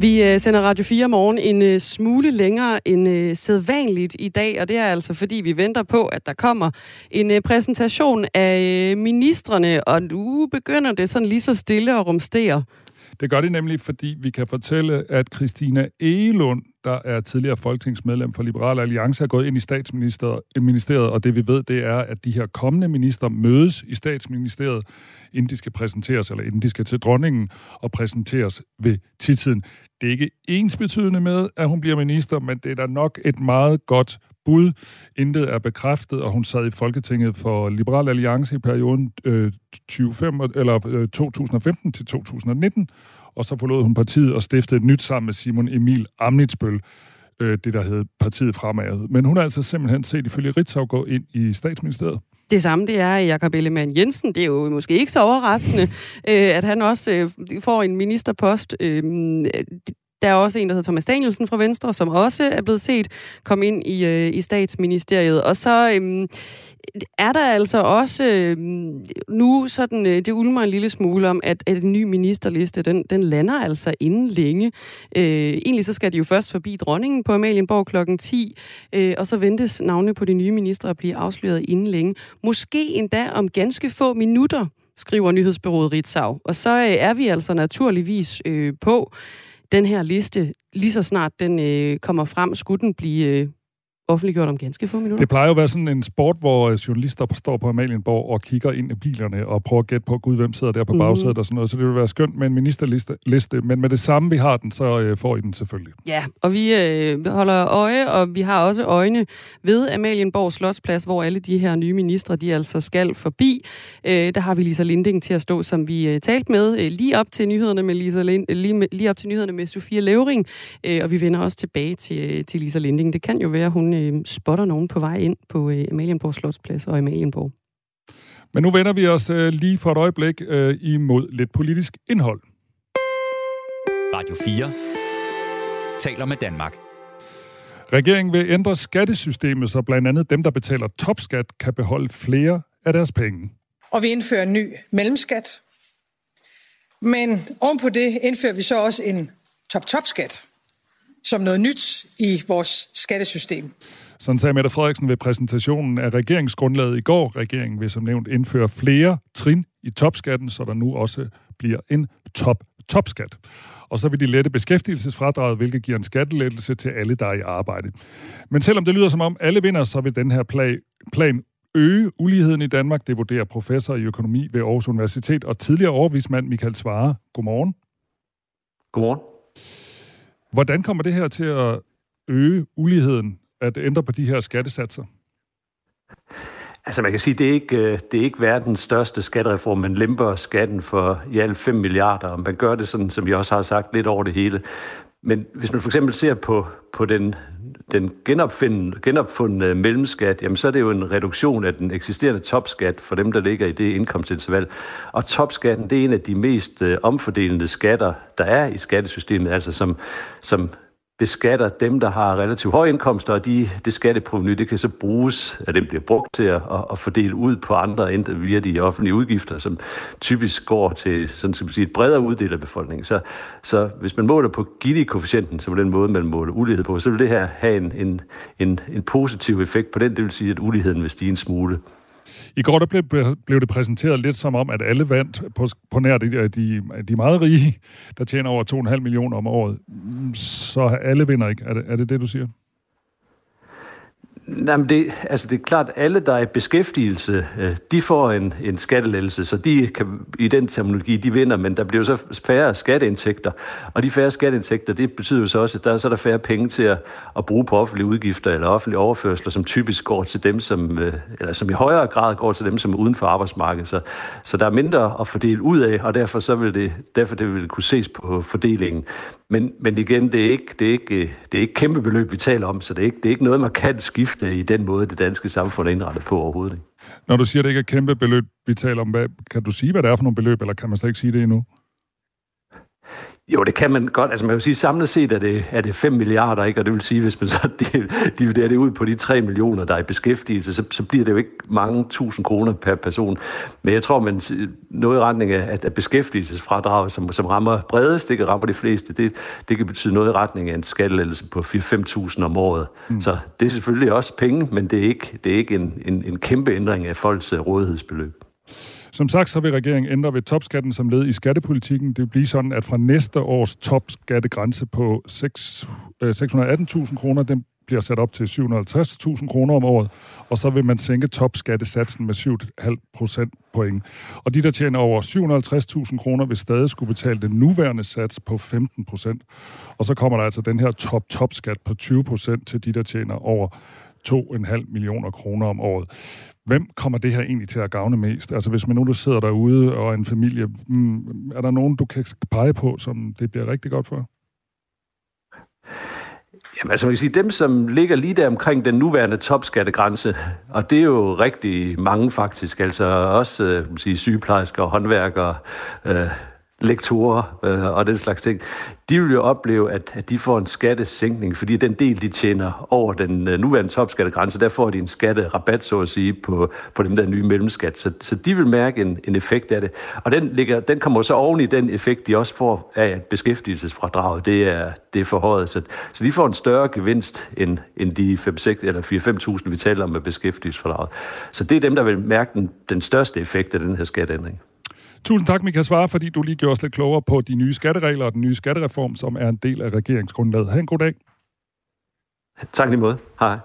Vi sender Radio 4 morgen en smule længere end sædvanligt i dag, og det er altså fordi, vi venter på, at der kommer en præsentation af ministrene, og nu begynder det sådan lige så stille at rumstere. Det gør det nemlig, fordi vi kan fortælle, at Christina Egelund, der er tidligere folketingsmedlem for Liberal Alliance, er gået ind i statsministeriet, og det vi ved, det er, at de her kommende minister mødes i statsministeriet, inden de skal præsenteres, eller inden de skal til dronningen og præsenteres ved tidtiden. Det er ikke ensbetydende med, at hun bliver minister, men det er da nok et meget godt bud. Intet er bekræftet, og hun sad i Folketinget for Liberal Alliance i perioden 2015 til 2019, og så forlod hun partiet og stiftede et nyt sammen med Simon Emil Ammitzbøll, det der hed Partiet Fremad. Men hun er altså simpelthen set ifølge Ritzau gå ind i statsministeriet. Det samme, det er Jakob Ellemann-Jensen. Det er jo måske ikke så overraskende, at han også får en ministerpost. Der er også en, der hedder Thomas Danielsen fra Venstre, som også er blevet set komme ind i statsministeriet. Og så er der altså også nu sådan, det ulmer en lille smule om, at en ny ministerliste, den lander altså inden længe. Egentlig så skal de jo først forbi dronningen på Amalienborg klokken 10, og så ventes navne på de nye ministre at blive afsløret inden længe. Måske endda om ganske få minutter, skriver nyhedsbureauet Ritzau. Og så er vi altså naturligvis på den her liste, lige så snart den kommer frem, skulle den blive offentliggjort om ganske få minutter. Det plejer jo at være sådan en sport, hvor journalister står på Amalienborg og kigger ind i bilerne og prøver at gætte på, gud, hvem sidder der på bagsædet og sådan noget. Så det vil være skønt med en ministerliste, men med det samme, vi har den, så får I den selvfølgelig. Ja, og vi holder øje, og vi har også øjne ved Amalienborg Slotsplads, hvor alle de her nye ministre, de altså skal forbi. Der har vi Lisa Linding til at stå, som vi talte med lige op til nyhederne med lige op til nyhederne med Sofia Levering, og vi vender også tilbage til Lisa Linding. Det kan jo være, hun spotter nogen på vej ind på Amalienborg Slotsplads og Amalienborg. Men nu vender vi os lige for et øjeblik imod lidt politisk indhold. Radio 4 taler med Danmark. Regeringen vil ændre skattesystemet, så blandt andet dem, der betaler topskat, kan beholde flere af deres penge. Og vi indfører en ny mellemskat. Men ovenpå det indfører vi så også en top-top-skat som noget nyt i vores skattesystem. Sådan sagde Mette Frederiksen ved præsentationen af regeringsgrundlaget i går. Regeringen vil som nævnt indføre flere trin i topskatten, så der nu også bliver en top-topskat. Og så vil de lette beskæftigelsesfradraget, hvilket giver en skattelettelse til alle, der er i arbejde. Men selvom det lyder som om alle vinder, så vil den her plan øge uligheden i Danmark. Det vurderer professor i økonomi ved Aarhus Universitet og tidligere overvismand Michael Svarer. Godmorgen. Godmorgen. Hvordan kommer det her til at øge uligheden, at ændre på de her skattesatser? Altså man kan sige, det er ikke verdens største skattereform. Man lemper skatten for i alt 5 milliarder, og man gør det sådan, som jeg også har sagt, lidt over det hele. Men hvis man for eksempel ser på den genopfundne mellemskat, jamen så er det jo en reduktion af den eksisterende topskat for dem, der ligger i det indkomstinterval. Og topskatten, det er en af de mest omfordelende skatter, der er i skattesystemet, altså som beskatter dem, der har relativt høje indkomster, og det skatteprovenu, det kan så bruges, at det bliver brugt til at fordele ud på andre end via de offentlige udgifter, som typisk går til sådan, skal man sige, et bredere uddel af befolkningen. Så hvis man måler på Gini-koefficienten, som er den måde, man måler ulighed på, så vil det her have en positiv effekt på den, det vil sige, at uligheden vil stige en smule. I går der blev det præsenteret lidt som om, at alle vandt på nær de meget rige, der tjener over 2,5 millioner om året. Så alle vinder ikke. Er det, du siger? Jamen det er klart, at alle, der er i beskæftigelse, de får en skattelettelse, så de kan i den terminologi, de vinder, men der bliver jo så færre skatteindtægter, og de færre skatteindtægter, det betyder jo så også, at der er færre penge til at bruge på offentlige udgifter eller offentlige overførsler, som typisk går til dem, som i højere grad går til dem, som er uden for arbejdsmarkedet. Så der er mindre at fordele ud af, og derfor vil det kunne ses på fordelingen. Men igen, det er ikke kæmpe beløb, vi taler om, så det er ikke noget, man kan skifte i den måde, det danske samfund er indrettet på overhovedet. Når du siger, at det ikke er kæmpe beløb, vi taler om, kan du sige, hvad det er for nogle beløb, eller kan man slet ikke sige det endnu? Jo, det kan man godt. Altså man kan sige, samlet set er det 5 milliarder, ikke? Og det vil sige, hvis man så dividerer det ud på de 3 millioner, der er i beskæftigelse, så bliver det jo ikke mange tusind kroner per person. Men jeg tror, man noget i retning af at beskæftigelsesfradrag, som rammer bredest, det kan ramme de fleste, det kan betyde noget i retning af en skattelettelse på 4-5.000 om året. Så det er selvfølgelig også penge, men det er ikke en kæmpe ændring af folks rådighedsbeløb. Som sagt, så vil regeringen ændre ved topskatten som led i skattepolitikken. Det vil blive sådan, at fra næste års topskattegrænse på 618.000 kroner, den bliver sat op til 750.000 kroner om året, og så vil man sænke topskattesatsen med 7,5 procentpoint. Og de, der tjener over 750.000 kroner, vil stadig skulle betale den nuværende sats på 15%. Og så kommer der altså den her topskat på 20% til de, der tjener over 2,5 millioner kroner om året. Hvem kommer det her egentlig til at gavne mest? Altså hvis man nu sidder derude og en familie, er der nogen, du kan pege på, som det bliver rigtig godt for? Jamen altså man kan sige, dem som ligger lige der omkring den nuværende topskattegrænse, og det er jo rigtig mange faktisk, altså også sygeplejersker og håndværkere, lektorer og den slags ting, de vil jo opleve, at de får en skattesænkning, fordi den del, de tjener over den nuværende topskattegrænse, der får de en skatterabat, så at sige, på den der nye mellemskat. Så de vil mærke en effekt af det. Og den kommer så oven i den effekt, de også får af beskæftigelsesfradraget. Det er forhøjet. Så de får en større gevinst end de 5-6 eller 4-5.000, vi taler om med beskæftigelsesfradraget. Så det er dem, der vil mærke den største effekt af den her skatteændring. Tusind tak, Michael Svarer, fordi du lige gjorde os lidt klogere på de nye skatteregler og den nye skattereform, som er en del af regeringsgrundlaget. Ha' en god dag. Tak lige måde. Hej.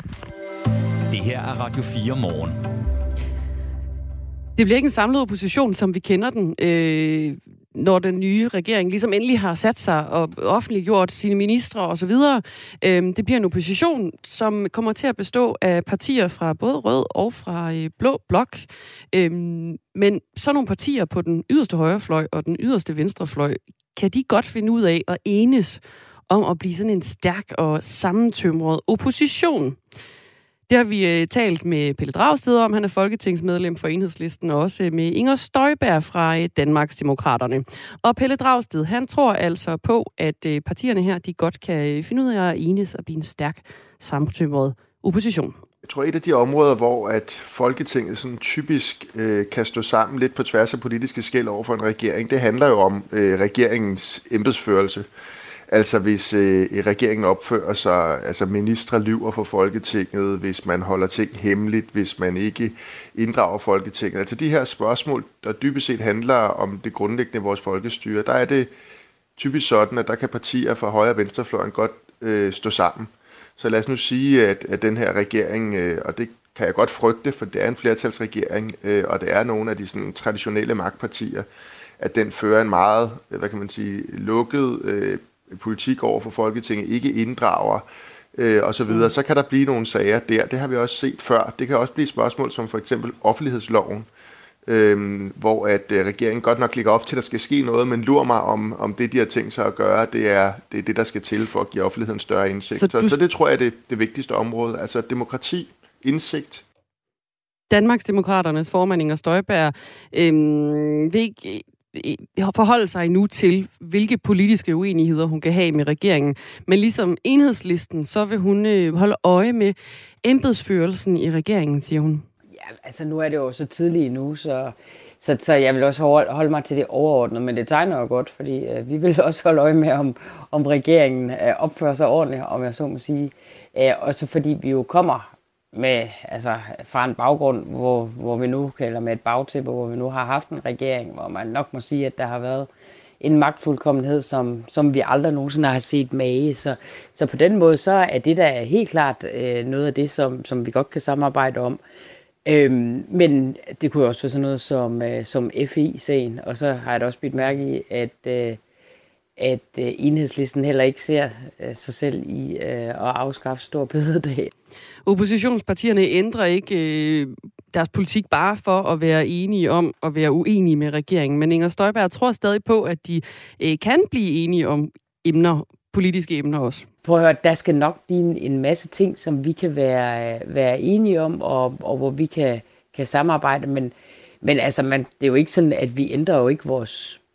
Det her er Radio 4 morgen. Det bliver ikke en samlet opposition, som vi kender den, når den nye regering ligesom endelig har sat sig og offentliggjort sine ministre osv. Det bliver en opposition, som kommer til at bestå af partier fra både rød og fra blå blok. Men så nogle partier på den yderste højrefløj og den yderste venstrefløj, kan de godt finde ud af at enes om at blive sådan en stærk og sammentømret opposition. Det har vi talt med Pelle Dragsted om. Han er folketingsmedlem for Enhedslisten, og også med Inger Støjberg fra Danmarksdemokraterne. Og Pelle Dragsted, han tror altså på, at partierne her, de godt kan finde ud af at enes og blive en stærk, sammentømret opposition. Jeg tror, et af de områder, hvor at Folketinget sådan typisk kan stå sammen lidt på tværs af politiske skel over for en regering, det handler jo om regeringens embedsførelse. Altså hvis regeringen opfører sig, altså ministre lyver for Folketinget, hvis man holder ting hemmeligt, hvis man ikke inddrager Folketinget. Altså de her spørgsmål, der dybest set handler om det grundlæggende i vores folkestyre, der er det typisk sådan, at der kan partier fra højre- og venstrefløjen godt stå sammen. Så lad os nu sige, at den her regering, og det kan jeg godt frygte, for det er en flertalsregering, og det er nogle af de sådan, traditionelle magtpartier, at den fører en meget, lukket politik over for Folketinget, ikke inddrager og så videre, så kan der blive nogle sager der. Det har vi også set før. Det kan også blive spørgsmål som for eksempel offentlighedsloven, hvor at regeringen godt nok ligger op til, at der skal ske noget, men lurer mig om det, de har tænkt sig at gøre, det er det, der skal til for at give offentligheden større indsigt. Så det tror jeg er det vigtigste område. Altså demokrati, indsigt. Danmarksdemokraternes formand Inger Støjberg vil ikke forholde sig nu til, hvilke politiske uenigheder hun kan have med regeringen. Men ligesom Enhedslisten, så vil hun holde øje med embedsførelsen i regeringen, siger hun. Ja, altså nu er det jo så tidligt nu, så jeg vil også holde mig til det overordnede, men det tegner jo godt, fordi vi vil også holde øje med, om regeringen opfører sig ordentligt, om jeg så må sige. Og så fordi vi jo kommer med, altså fra en baggrund, hvor vi nu, eller med et bagtæppe, hvor vi nu har haft en regering, hvor man nok må sige, at der har været en magtfuldkommenhed, som vi aldrig nogensinde har set mage. Så på den måde, så er det da helt klart noget af det, som vi godt kan samarbejde om. Men det kunne jo også være sådan noget som FI-sagen, og så har jeg da også bidt mærke i, at Enhedslisten heller ikke ser sig selv i at afskaffe stor bededag. Oppositionspartierne ændrer ikke deres politik bare for at være enige om at være uenige med regeringen. Men Inger Støjberg tror stadig på, at de kan blive enige om emner, politiske emner også. Prøv at høre, der skal nok blive en masse ting, som vi kan være enige om, og hvor vi kan samarbejde. Men altså, det er jo ikke sådan, at vi ændrer jo ikke vores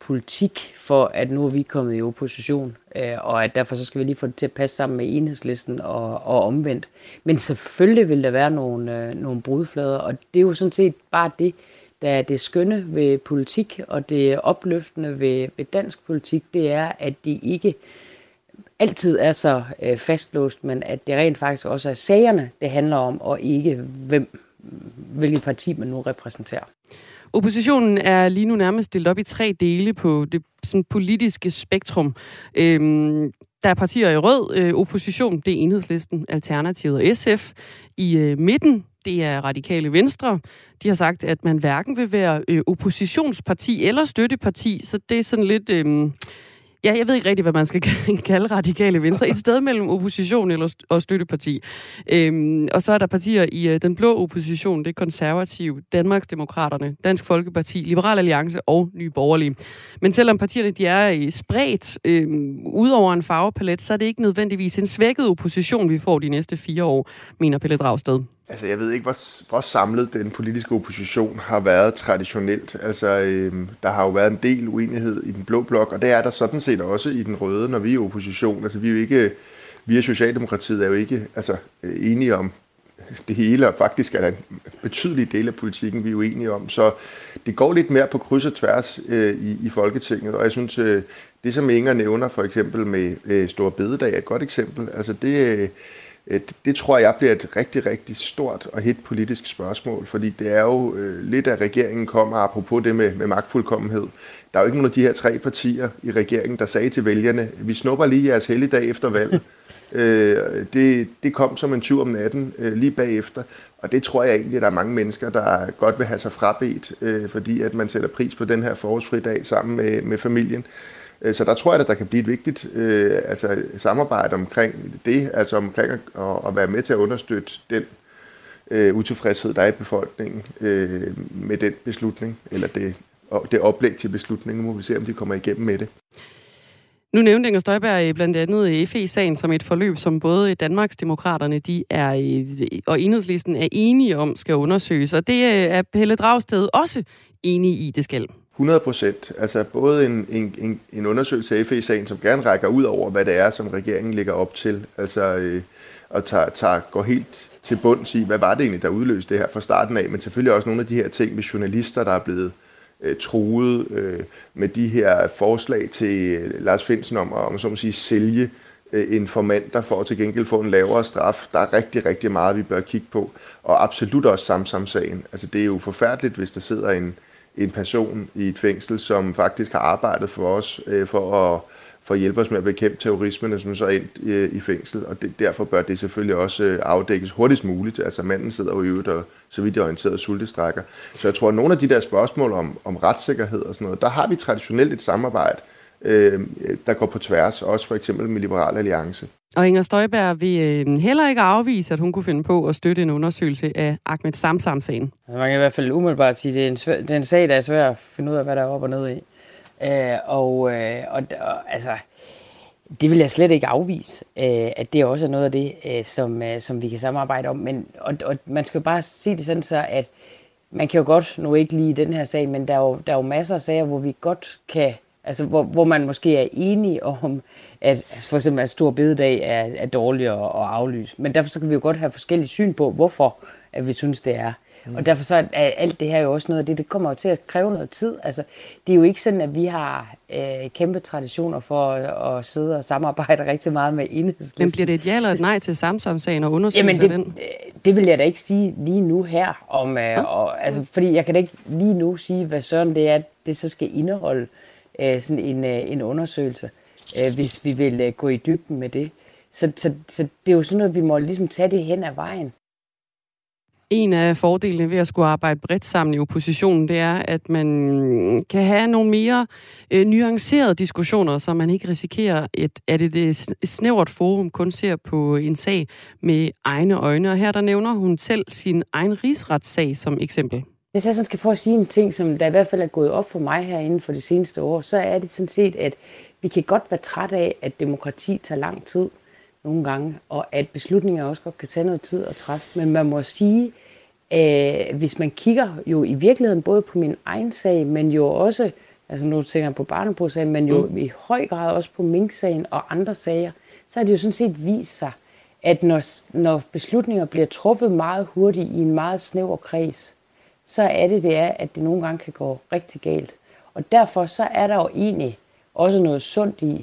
politik for, at nu er vi kommet i opposition, og at derfor så skal vi lige få det til at passe sammen med Enhedslisten og omvendt. Men selvfølgelig vil der være nogle brudflader, og det er jo sådan set bare det, der er det skønne ved politik, og det opløftende ved dansk politik, det er, at det ikke altid er så fastlåst, men at det rent faktisk også er sagerne, det handler om, og ikke hvilket parti man nu repræsenterer. Oppositionen er lige nu nærmest delt op i 3 dele på det sådan, politiske spektrum. Der er partier i rød opposition, det er Enhedslisten, Alternativet og SF. I midten, det er Radikale Venstre. De har sagt, at man hverken vil være oppositionsparti eller støtteparti, så det er sådan lidt... jeg ved ikke rigtig, hvad man skal kalde Radikale Venstre. Et sted mellem opposition og støtteparti. Og så er der partier i den blå opposition. Det er Konservative, Danmarksdemokraterne, Dansk Folkeparti, Liberal Alliance og Nye Borgerlige. Men selvom partierne de er spredt ud over en farvepalet, så er det ikke nødvendigvis en svækket opposition, vi får de næste 4 år, mener Pelle Dragsted. Altså, jeg ved ikke, hvor samlet den politiske opposition har været traditionelt. Altså, der har jo været en del uenighed i den blå blok, og det er der sådan set også i den røde, når vi er i opposition. Altså, vi er Socialdemokratiet er jo ikke enige om det hele, og faktisk er der en betydelig del af politikken, vi er uenige om. Så det går lidt mere på kryds og tværs i Folketinget, og jeg synes, det som Inger nævner, for eksempel med Store Bededag, er et godt eksempel. Altså, det tror jeg bliver et rigtig, rigtig stort og hit politisk spørgsmål, fordi det er jo lidt, at regeringen kommer, apropos det med magtfuldkommenhed. Der er jo ikke nogen af de her 3 partier i regeringen, der sagde til vælgerne, vi snupper lige jeres helligdag efter valg. Det kom som en tyv om natten lige bagefter, og det tror jeg egentlig, at der er mange mennesker, der godt vil have sig frabedt, fordi at man sætter pris på den her forårsfri dag sammen med familien. Så der tror jeg, at der kan blive et vigtigt samarbejde omkring det, altså omkring at være med til at understøtte den utilfredshed, der er i befolkningen med den beslutning, eller det oplæg til beslutningen. Nu må vi se, om de kommer igennem med det. Nu nævnte Inger Støjberg blandt andet FE-sagen som et forløb, som både Danmarksdemokraterne og Enhedslisten er enige om skal undersøges, og det er Pelle Dragsted også enig i, det skal. 100%. Altså både en undersøgelse af FE-sagen, som gerne rækker ud over, hvad det er, som regeringen lægger op til, og går helt til bunds i, hvad var det egentlig, der udløste det her fra starten af, men selvfølgelig også nogle af de her ting med journalister, der er blevet truet med de her forslag til Lars Findsen om så må sige, sælge informanter for at til gengæld få en lavere straf. Der er rigtig, rigtig meget, vi bør kigge på, og absolut også Samsam-sagen. Altså det er jo forfærdeligt, hvis der sidder en person i et fængsel, som faktisk har arbejdet for os, for at hjælpe os med at bekæmpe terrorismen, som så er endt i fængsel, og derfor bør det selvfølgelig også afdækkes hurtigst muligt. Altså manden sidder jo i øvrigt, og så vidt jeg orienteret, sultestrækker. Så jeg tror, at nogle af de der spørgsmål om retssikkerhed og sådan noget, der har vi traditionelt et samarbejde, der går på tværs, også for eksempel med Liberal Alliance. Og Inger Støjberg vil heller ikke afvise, at hun kunne finde på at støtte en undersøgelse af Ahmed Samsam-sagen. Man kan i hvert fald umiddelbart sige, at det er en sag, der er svær at finde ud af, hvad der er op og ned i. Altså, det vil jeg slet ikke afvise, at det også er noget af det, som vi kan samarbejde om. Men og man skal jo bare se det sådan så, at man kan jo godt, nu ikke lige i den her sag, men der er jo masser af sager, hvor vi godt kan, altså hvor man måske er enige om, at for eksempel at Store Bededag er dårligere at aflyse. Men derfor så kan vi jo godt have forskellige syn på, hvorfor at vi synes, det er. Og derfor så er alt det her jo også noget af det, det kommer jo til at kræve noget tid. Altså, det er jo ikke sådan, at vi har kæmpe traditioner for at sidde og samarbejde rigtig meget med Enhedslisten. Men bliver det et ja eller et nej til Samsam-sagen og undersøgelse af den? Det vil jeg da ikke sige lige nu her. Altså, fordi jeg kan da ikke lige nu sige, hvad sådan det er, det så skal indeholde sådan en undersøgelse, hvis vi vil gå i dybden med det. Så det er jo sådan noget, vi må ligesom tage det hen ad vejen. En af fordelene ved at skulle arbejde bredt sammen i oppositionen, det er, at man kan have nogle mere nuancerede diskussioner, så man ikke risikerer, at et snævert forum kun ser på en sag med egne øjne. Og her der nævner hun selv sin egen rigsretssag som eksempel. Hvis jeg sådan skal prøve at sige en ting, som der i hvert fald er gået op for mig her inden for de seneste år, så er det sådan set, at vi kan godt være træt af, at demokrati tager lang tid nogle gange, og at beslutninger også godt kan tage noget tid at træffe. Men man må sige, hvis man kigger jo i virkeligheden både på min egen sag, men jo også Altså nu tænker jeg på barnebrugssagen, men jo i høj grad også på Mink-sagen og andre sager, så har det jo sådan set vist sig, at når beslutninger bliver truffet meget hurtigt i en meget snæver kreds, så er det, at det nogle gange kan gå rigtig galt. Og derfor så er der jo egentlig også noget sundt i,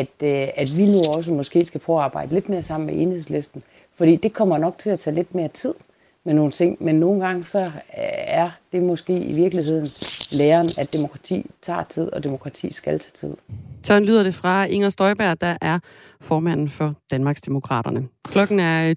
at vi nu også måske skal prøve at arbejde lidt mere sammen med Enhedslisten. Fordi det kommer nok til at tage lidt mere tid med nogle ting. Men nogle gange så er det måske i virkeligheden læren, at demokrati tager tid, og demokrati skal tage tid. Sådan lyder det fra Inger Støjberg, der er formanden for Danmarksdemokraterne. Klokken er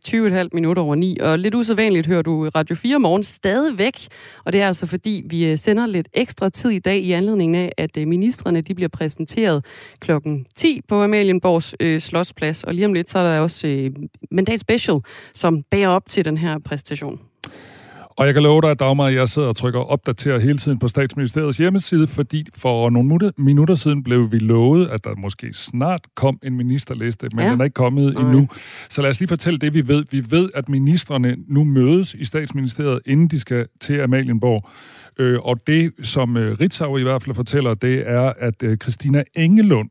20:30 og lidt usædvanligt hører du Radio 4 morgen stadigvæk. Og det er altså fordi, vi sender lidt ekstra tid i dag i anledning af, at ministrene de bliver præsenteret klokken 10 på Amalienborgs Slotsplads. Og lige om lidt, så er der også Mandat Special, som bærer op til den her præsentation. Og jeg kan love dig, at Dagmar og jeg sidder og trykker opdater hele tiden på Statsministeriets hjemmeside, fordi for nogle minutter siden blev vi lovet, at der måske snart kom en ministerliste, men den er ikke kommet endnu. Så lad os lige fortælle det, vi ved. Vi ved, at ministrene nu mødes i Statsministeriet, inden de skal til Amalienborg. Og det, som Ritzau i hvert fald fortæller, det er, at Christina Egelund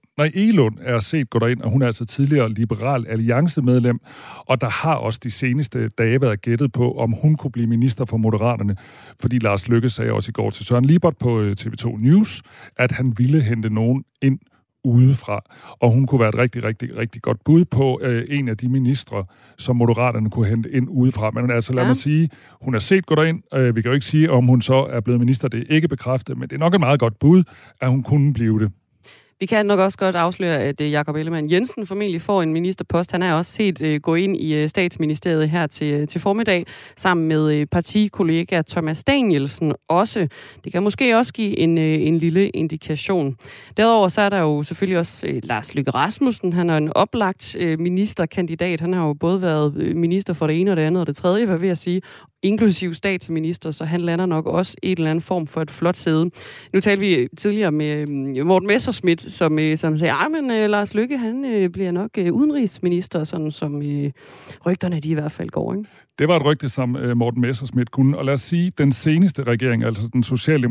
er set gå derind, og hun er altså tidligere Liberal Alliance-medlem, og der har også de seneste dage været gættet på, om hun kunne blive minister for Moderaterne, fordi Lars Løkke sagde også i går til Søren Lippert på TV2 News, at han ville hente nogen ind udefra, og hun kunne være et rigtig, rigtig, rigtig godt bud på en af de ministre, som Moderaterne kunne hente ind udefra. Men altså, lad mig sige, hun er set gå derind. Vi kan jo ikke sige, om hun så er blevet minister. Det er ikke bekræftet, men det er nok et meget godt bud, at hun kunne blive det. Vi kan nok også godt afsløre, at Jakob Ellemann-Jensen formentlig får en ministerpost. Han er også set gå ind i Statsministeriet her til formiddag, sammen med partikollega Thomas Danielsen også. Det kan måske også give en lille indikation. Derudover så er der jo selvfølgelig også Lars Løkke Rasmussen. Han er en oplagt ministerkandidat. Han har jo både været minister for det ene og det andet og det tredje, hvad vil jeg sige, inklusiv statsminister, så han lander nok også i en eller anden form for et flot sæde. Nu talte vi tidligere med Morten Messerschmidt, som sagde, men Lars Løkke, han bliver nok udenrigsminister, sådan som rygterne de i hvert fald går, ikke? Det var et rygte, som Morten Messerschmidt kunne. Og lad os sige, den seneste regering, altså den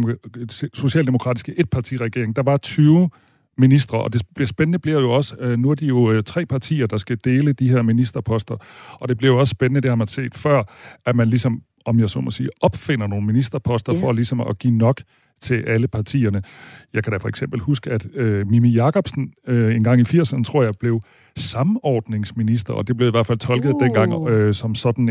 socialdemokratiske etpartiregering, der var 20 ministre, og det spændende bliver jo også, nu er de jo 3 partier, der skal dele de her ministerposter, og det bliver jo også spændende, det har man set før, at man ligesom, om jeg så må sige, opfinder nogle ministerposter for ligesom at give nok til alle partierne. Jeg kan da for eksempel huske, at Mimi Jakobsen en gang i 80'erne, tror jeg, blev samordningsminister, og det blev i hvert fald tolket dengang som sådan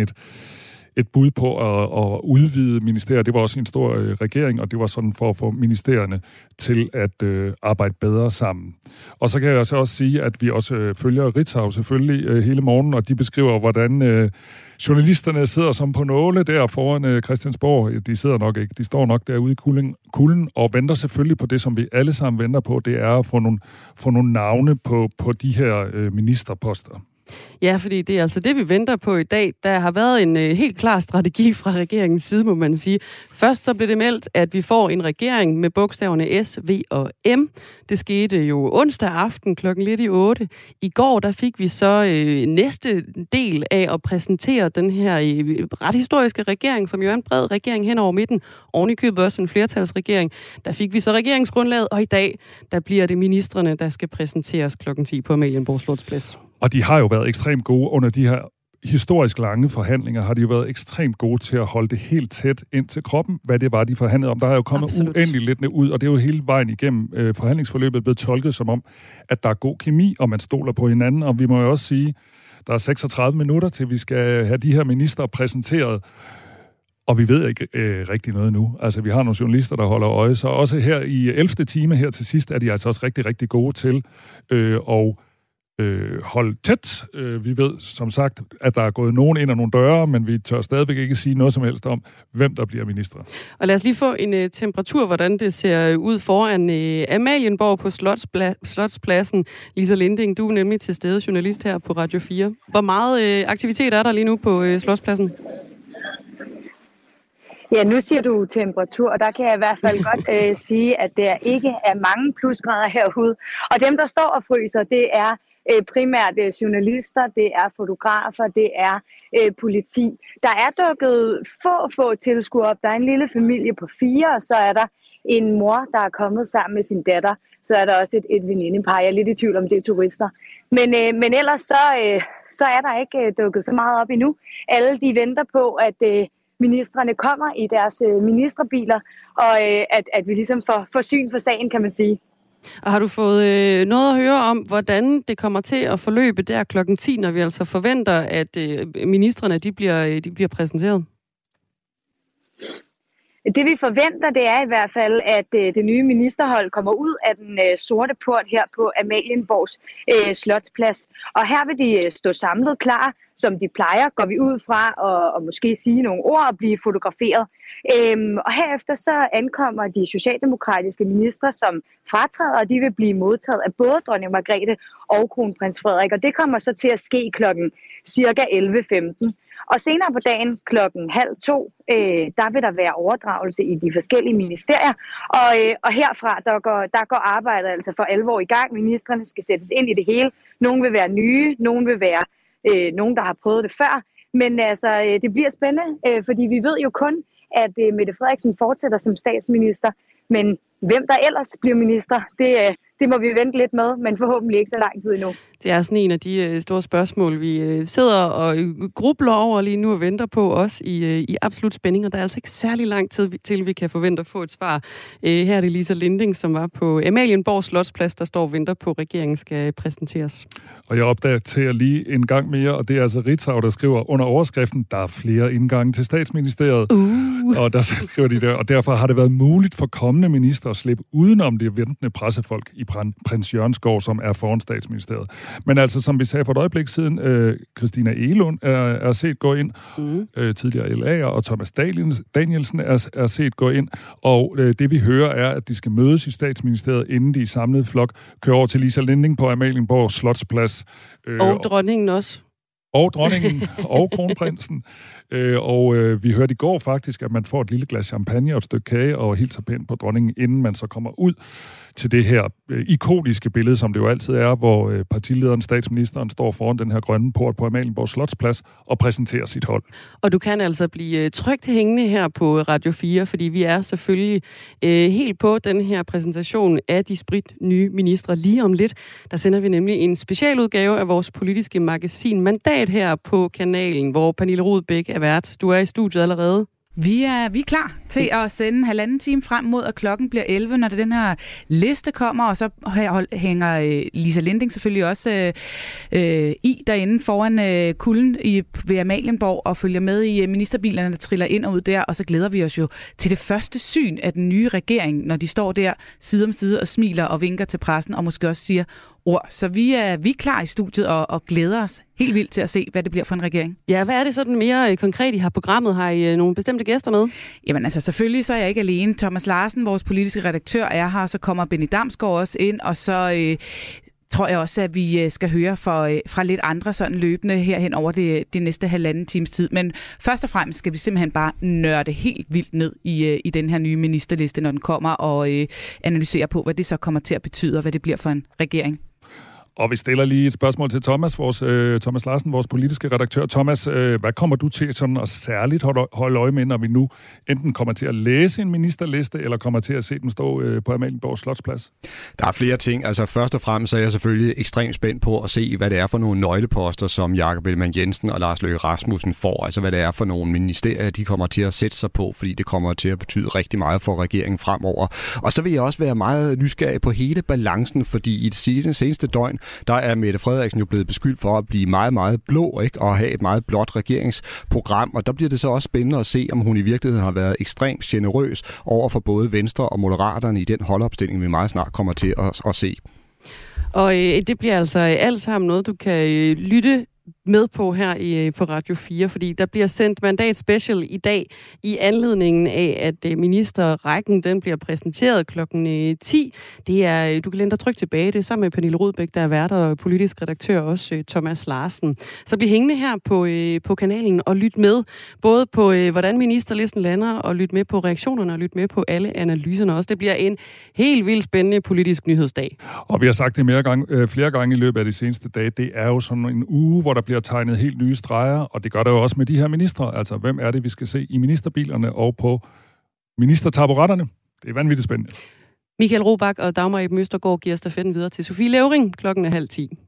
et bud på at udvide ministerier. Det var også en stor regering, og det var sådan for at få ministerierne til at arbejde bedre sammen. Og så kan jeg også sige, at vi også følger Ritzau selvfølgelig hele morgenen, og de beskriver, hvordan journalisterne sidder som på nåle der foran Christiansborg. De sidder nok ikke. De står nok derude i kulden og venter selvfølgelig på det, som vi alle sammen venter på. Det er at få nogle navne på de her ministerposter. Ja, fordi det er altså det, vi venter på i dag. Der har været en helt klar strategi fra regeringens side, må man sige. Først så blev det meldt, at vi får en regering med bogstaverne S, V og M. Det skete jo onsdag aften klokken lidt i 8. I går der fik vi så næste del af at præsentere den her ret historiske regering, som jo er en bred regering hen over midten. Oven i købet også en flertalsregering. Der fik vi så regeringsgrundlaget, og i dag der bliver det ministrene, der skal præsenteres klokken 10 på Amalienborg Slotsplads. Og de har jo været ekstremt gode under de her historisk lange forhandlinger, har de jo været ekstremt gode til at holde det helt tæt ind til kroppen, hvad det var, de forhandlede om. Der er jo kommet uendeligt lidt ud, og det er jo hele vejen igennem forhandlingsforløbet blevet tolket som om, at der er god kemi, og man stoler på hinanden. Og vi må jo også sige, der er 36 minutter til, vi skal have de her minister præsenteret. Og vi ved ikke rigtig noget nu. Altså, vi har nogle journalister, der holder øje, så også her i 11. time her til sidst, er de altså også rigtig, rigtig gode til at holde tæt. Vi ved, som sagt, at der er gået nogen ind ad nogle døre, men vi tør stadigvæk ikke sige noget som helst om, hvem der bliver minister. Og lad os lige få en temperatur, hvordan det ser ud foran Amalienborg på Slotspladsen. Lisa Linding, du er nemlig til stede journalist her på Radio 4. Hvor meget aktivitet er der lige nu på Slotspladsen? Ja, nu siger du temperatur, og der kan jeg i hvert fald godt sige, at der ikke er mange plusgrader herude. Og dem, der står og fryser, det er primært journalister, det er fotografer, det er politi. Der er dukket få tilskuere op. Der er en lille familie på 4, og så er der en mor, der er kommet sammen med sin datter. Så er der også et venindepar. Jeg er lidt i tvivl om det er turister. Men ellers så er der ikke dukket så meget op endnu. Alle de venter på, at ministrene kommer i deres ministerbiler, og at vi ligesom får syn for sagen, kan man sige. Og har du fået noget at høre om, hvordan det kommer til at forløbe der klokken 10, når vi altså forventer, at ministrene de bliver præsenteret? Det vi forventer, det er i hvert fald, at det nye ministerhold kommer ud af den sorte port her på Amalienborgs slotsplads. Og her vil de stå samlet klar, som de plejer, går vi ud fra og måske sige nogle ord og blive fotograferet. Og herefter så ankommer de socialdemokratiske ministre, som fratræder, og de vil blive modtaget af både dronning Margrethe og kronprins Frederik. Og det kommer så til at ske klokken cirka 11:15. Og senere på dagen klokken 1:30, der vil der være overdragelse i de forskellige ministerier. Og herfra, der går arbejdet altså for alvor i gang. Ministrene skal sættes ind i det hele. Nogle vil være nye, nogle vil være nogen, der har prøvet det før. Men altså, det bliver spændende, fordi vi ved jo kun, at Mette Frederiksen fortsætter som statsminister. Men hvem der ellers bliver minister, det må vi vente lidt med, men forhåbentlig ikke så lang tid endnu. Det er sådan en af de store spørgsmål, vi sidder og grubler over lige nu og venter på os i absolut spænding, og der er altså ikke særlig lang tid til, vi kan forvente at få et svar. Her er det Lisa Linding, som var på Amalienborg Slotsplads, der står og venter på, at regeringen skal præsenteres. Og jeg opdaterer lige en gang mere, og det er altså Ritzau, der skriver under overskriften, der er flere indgange til statsministeriet. Og der skriver de der, og derfor har det været muligt for kommende minister at slippe udenom det ventende pressefolk i Prins Jørgensgård, som er foran statsministeriet. Men altså, som vi sagde for et øjeblik siden, Christina Egelund er set gå ind, tidligere LA'er, og Thomas Danielsen er set gå ind, og det vi hører er, at de skal mødes i statsministeriet, inden de i samlet flok kører over til Lisa Linding på Amalienborg Slotsplads. Og dronningen også. Og dronningen og kronprinsen. Vi hørte i går faktisk, at man får et lille glas champagne og et stykke kage og hilser pænt på dronningen, inden man så kommer ud til det her ikoniske billede, som det jo altid er, hvor partilederen, statsministeren, står foran den her grønne port på Amalienborg Slotsplads og præsenterer sit hold. Og du kan altså blive trygt hængende her på Radio 4, fordi vi er selvfølgelig helt på den her præsentation af de nye ministre lige om lidt. Der sender vi nemlig en specialudgave af vores politiske magasin Mandat her på kanalen, hvor Pernille Rudbæk er vært. Du er i studiet allerede. Vi er klar til at sende 1,5 time frem mod, at klokken bliver 11, når den her liste kommer, og så hænger Lisa Linding selvfølgelig også i derinde foran kulden ved Amalienborg og følger med i ministerbilerne, der triller ind og ud der, og så glæder vi os jo til det første syn af den nye regering, når de står der side om side og smiler og vinker til pressen, og måske også siger ord. Så vi er klar i studiet og glæder os helt vildt til at se, hvad det bliver for en regering. Ja, hvad er det sådan mere konkret, I har programmet? Har I nogle bestemte gæster med? Jamen altså, selvfølgelig så er jeg ikke alene. Thomas Larsen, vores politiske redaktør, er her, så kommer Benny Damsgaard også ind, og så tror jeg også, at vi skal høre fra lidt andre sådan løbende herhen over det næste 1,5 times tid. Men først og fremmest skal vi simpelthen bare nørde helt vildt ned i den her nye ministerliste, når den kommer, og analysere på, hvad det så kommer til at betyde, og hvad det bliver for en regering. Og vi stiller lige et spørgsmål til Thomas, Thomas Larsen, vores politiske redaktør. Thomas, hvad kommer du til sådan at særligt holde øje med, når vi nu enten kommer til at læse en ministerliste, eller kommer til at se den stå på Amalienborg Slotsplads? Der er flere ting. Altså først og fremmest er jeg selvfølgelig ekstremt spændt på at se, hvad det er for nogle nøgleposter, som Jakob Ellemann-Jensen og Lars Løkke Rasmussen får. Altså hvad det er for nogle ministerier, de kommer til at sætte sig på, fordi det kommer til at betyde rigtig meget for regeringen fremover. Og så vil jeg også være meget nysgerrig på hele balancen, fordi i det seneste døgn, der er Mette Frederiksen jo blevet beskyldt for at blive meget, meget blå, ikke? Og have et meget blåt regeringsprogram. Og der bliver det så også spændende at se, om hun i virkeligheden har været ekstremt generøs over for både Venstre og Moderaterne i den holdopstilling, vi meget snart kommer til at se. Og det bliver altså alt sammen noget, du kan lytte med på her på Radio 4, fordi der bliver sendt Mandat Special i dag i anledningen af, at ministerrækken den bliver præsenteret klokken 10. Det er, du kan læne dig trygt tilbage, det er sammen med Pernille Rudbæk, der er vært og politisk redaktør, også Thomas Larsen. Så bliv hængende her på kanalen og lyt med, både på hvordan ministerlisten lander, og lyt med på reaktionerne, og lyt med på alle analyserne også. Det bliver en helt vildt spændende politisk nyhedsdag. Og vi har sagt det flere gange i løbet af de seneste dage, det er jo sådan en uge, hvor der bliver tegnet helt nye streger, og det gør der jo også med de her ministre. Altså, hvem er det, vi skal se i ministerbilerne og på ministertaburetterne? Det er vanvittigt spændende. Michael Robach og Dagmar Eben Østergaard giver stafetten videre til Sofie Levering. Klokken er 9:30.